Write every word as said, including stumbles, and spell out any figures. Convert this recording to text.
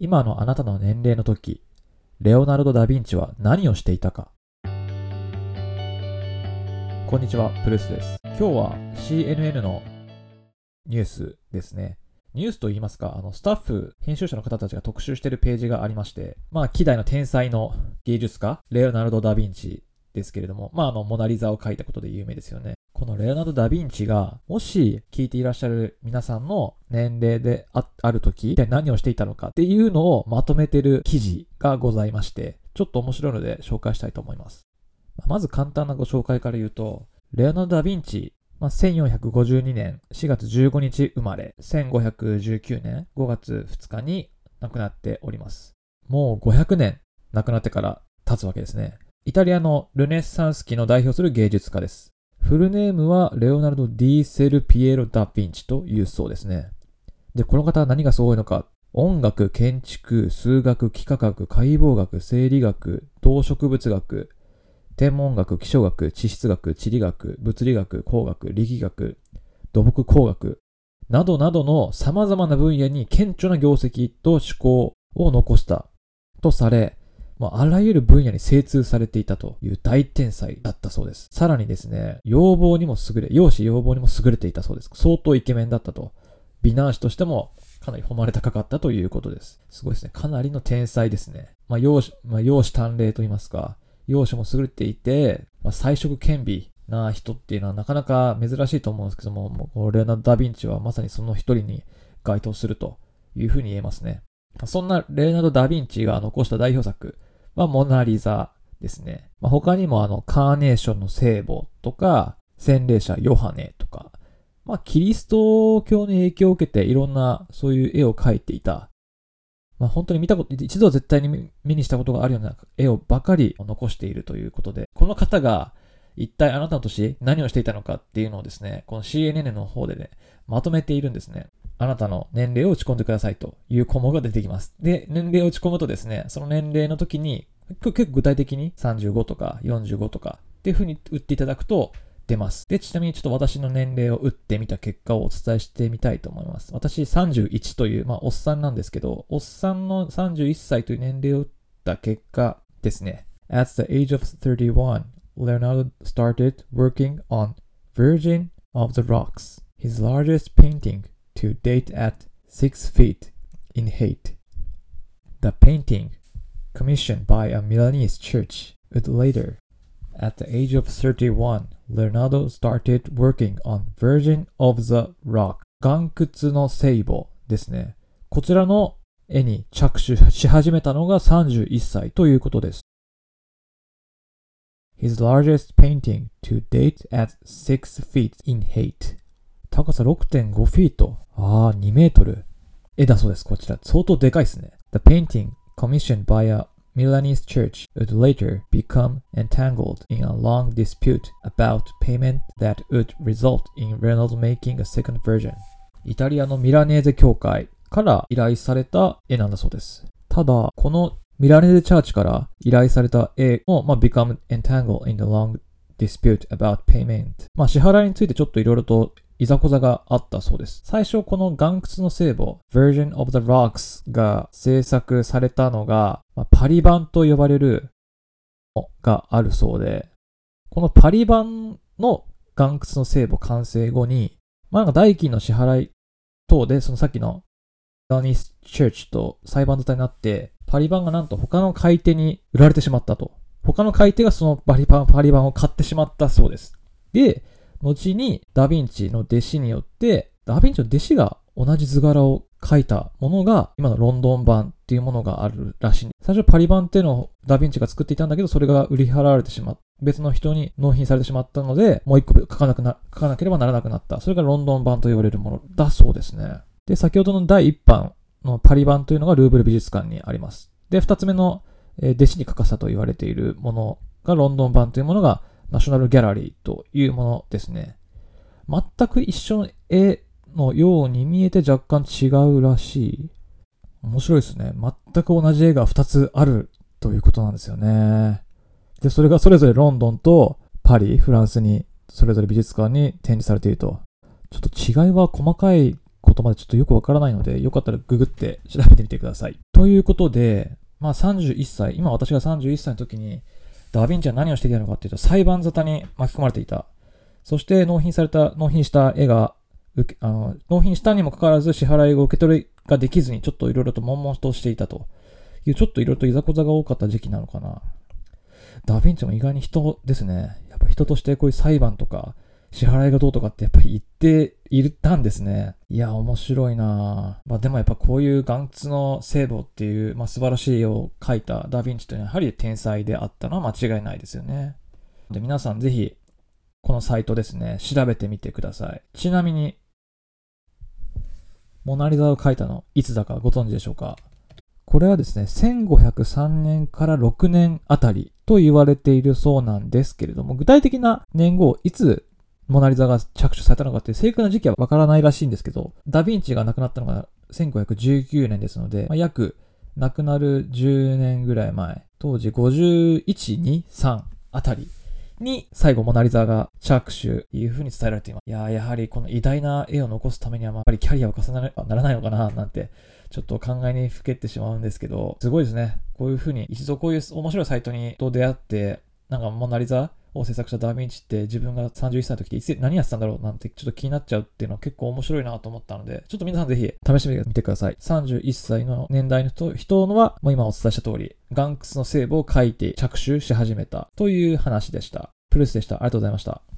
今のあなたの年齢の時、レオナルド・ダ・ヴィンチは何をしていたか。こんにちは、プルースです。今日は シーエヌエヌ のニュースですね。ニュースと言いますか、あのスタッフ、編集者の方たちが特集しているページがありまして、まあ、希代の天才の芸術家、レオナルド・ダ・ヴィンチですけれども、まあ、あの、モナリザを描いたことで有名ですよね。このレオナルド・ダ・ヴィンチが、もし聞いていらっしゃる皆さんの年齢で あ, ある時、一体何をしていたのかっていうのをまとめている記事がございまして、ちょっと面白いので紹介したいと思います。まず簡単なご紹介から言うと、レオナルド・ダ・ヴィンチ、まあ、せんよんひゃくごじゅうにねんしがつじゅうごにち生まれ、せんごひゃくじゅうきゅうねんごがつふつかに亡くなっております。もうごひゃくねん亡くなってから経つわけですね。イタリアのルネッサンス期の代表する芸術家です。フルネームはレオナルド・ディ・セルピエロ・ダ・ヴィンチというそうですね。で、この方は何がすごいのか。音楽、建築、数学、幾何学、解剖学、生理学、動植物学、天文学、気象学、地質学、地理学、物理学、工学、力学、土木工学などなどの様々な分野に顕著な業績と思考を残したとされ、あらゆる分野に精通されていたという大天才だったそうです。さらにですね、容貌にも優れ、容姿容貌にも優れていたそうです。相当イケメンだったと。美男子としてもかなり誉れ高かったということです。すごいですね。かなりの天才ですね。まあ、容姿、まあ、容姿端麗と言いますか、容姿も優れていて、まあ、才色兼備な人っていうのはなかなか珍しいと思うんですけども、もうレオナルド・ダ・ヴィンチはまさにその一人に該当するというふうに言えますね。そんなレオナルド・ダ・ヴィンチが残した代表作はモナリザですね。まあ、他にもあのカーネーションの聖母とか洗礼者ヨハネとか、まあ、キリスト教の影響を受けていろんなそういう絵を描いていた。まあ、本当に見たこと、一度は絶対に目にしたことがあるような絵をばかり残しているということで、この方が一体あなたの年何をしていたのかっていうのをですね、この シーエヌエヌ の方でね、まとめているんですね。あなたの年齢を打ち込んでくださいという項目が出てきます。で、年齢を打ち込むとですね、その年齢の時に、結構具体的にさんじゅうごとかよんじゅうごとかっていう風に打っていただくと出ます。で、ちなみにちょっと私の年齢を打ってみた結果をお伝えしてみたいと思います。私さんじゅういちという、まあ、おっさんなんですけど、おっさんのさんじゅういっさいという年齢を打った結果ですね。At the age of thirty-one, Leonardo started working on Virgin of the Rocks, his largest painting to date at six feet in height. The painting, commissioned by a Milanese church, would later, at the age of thirty-one, Leonardo started working on Virgin of the Rock. 岩窟の聖母ですね。こちらの絵に着手し始めたのがさんじゅういっさいということです。His largest painting to date at six feet in height. 高さ ろくてんご フィート。ああ、にメートル。絵だそうです。こちら。相当でかいですね。The painting, commissioned by a Milanese church, would later become entangled in a long dispute about payment that would result in Reynolds making a second version. イタリアのミラネーゼ教会から依頼された絵なんだそうです。ただ、このミラネーゼチャーチから依頼された絵も、まあ、become entangled in the long dispute about payment. まあ、支払いについてちょっといろいろといざこざがあったそうです。最初この岩窟の聖母 Virgin of the Rocks が制作されたのが、まあ、パリ版と呼ばれるのがあるそうで、このパリ版の岩窟の聖母完成後に、まあ、なんか代金の支払い等でそのさっきのダニス・チューチと裁判沙汰になって、パリ版がなんと他の買い手に売られてしまったと。他の買い手がそのパリ版、パリ版を買ってしまったそうです。で、後にダヴィンチの弟子によって、ダヴィンチの弟子が同じ図柄を描いたものが、今のロンドン版っていうものがあるらしい。最初パリ版っていうのをダヴィンチが作っていたんだけど、それが売り払われてしまった。別の人に納品されてしまったので、もう一個書かなくな、書かなければならなくなった。それがロンドン版と言われるものだそうですね。で、先ほどのだいいっ版のパリ版というのがルーブル美術館にあります。で、二つ目の弟子に書かせたと言われているものがロンドン版というものがナショナルギャラリーというものですね。全く一緒の絵のように見えて若干違うらしい。面白いですね。全く同じ絵がふたつあるということなんですよね。で、それがそれぞれロンドンとパリ、フランスにそれぞれ美術館に展示されていると。ちょっと違いは細かいことまでちょっとよくわからないので、よかったらググって調べてみてください。ということで、まあさんじゅういっさい、今私がさんじゅういっさいの時に、ダヴィンチは何をしていたのかっていうと、裁判沙汰に巻き込まれていた。そして納品された、納品した絵が、受けあの納品したにもかかわらず支払いを受け取りができずに、ちょっといろいろと悶々としていたという、ちょっといろいろといざこざが多かった時期なのかな。ダヴィンチも意外に人ですね。やっぱ人としてこういう裁判とか、支払いがどうとかってやっぱり言っていたんですね。いや、面白いなぁ。まあでもやっぱこういう眼屈の聖母っていう、まあ、素晴らしい絵を描いたダヴィンチというのはやはり天才であったのは間違いないですよね。で、皆さんぜひこのサイトですね、調べてみてください。ちなみに、モナリザを描いたのいつだかご存知でしょうか？これはですね、せんごひゃくさんねんからろくねんあたりと言われているそうなんですけれども、具体的な年号、いつモナリザが着手されたのかっていう正確な時期はわからないらしいんですけど、ダヴィンチが亡くなったのがせんごひゃくじゅうきゅうねんですので、まあ、約亡くなるじゅうねんぐらい前、当時ごじゅういち、に、さんあたりに最後モナリザが着手という風に伝えられています。いやー、やはりこの偉大な絵を残すためにはやっぱりキャリアを重ねならないのかななんてちょっと考えにふけってしまうんですけど、すごいですね。こういう風に一度こういう面白いサイトにと出会って、なんかモナリザを制作したダヴィンチって自分がさんじゅういっさいの時っていつ何やってたんだろうなんてちょっと気になっちゃうっていうのは結構面白いなと思ったので、ちょっと皆さんぜひ試してみてください。さんじゅういっさいの年代の人のはもう今お伝えした通り、眼屈の聖母を描いて着手し始めたという話でした。プルースでした。ありがとうございました。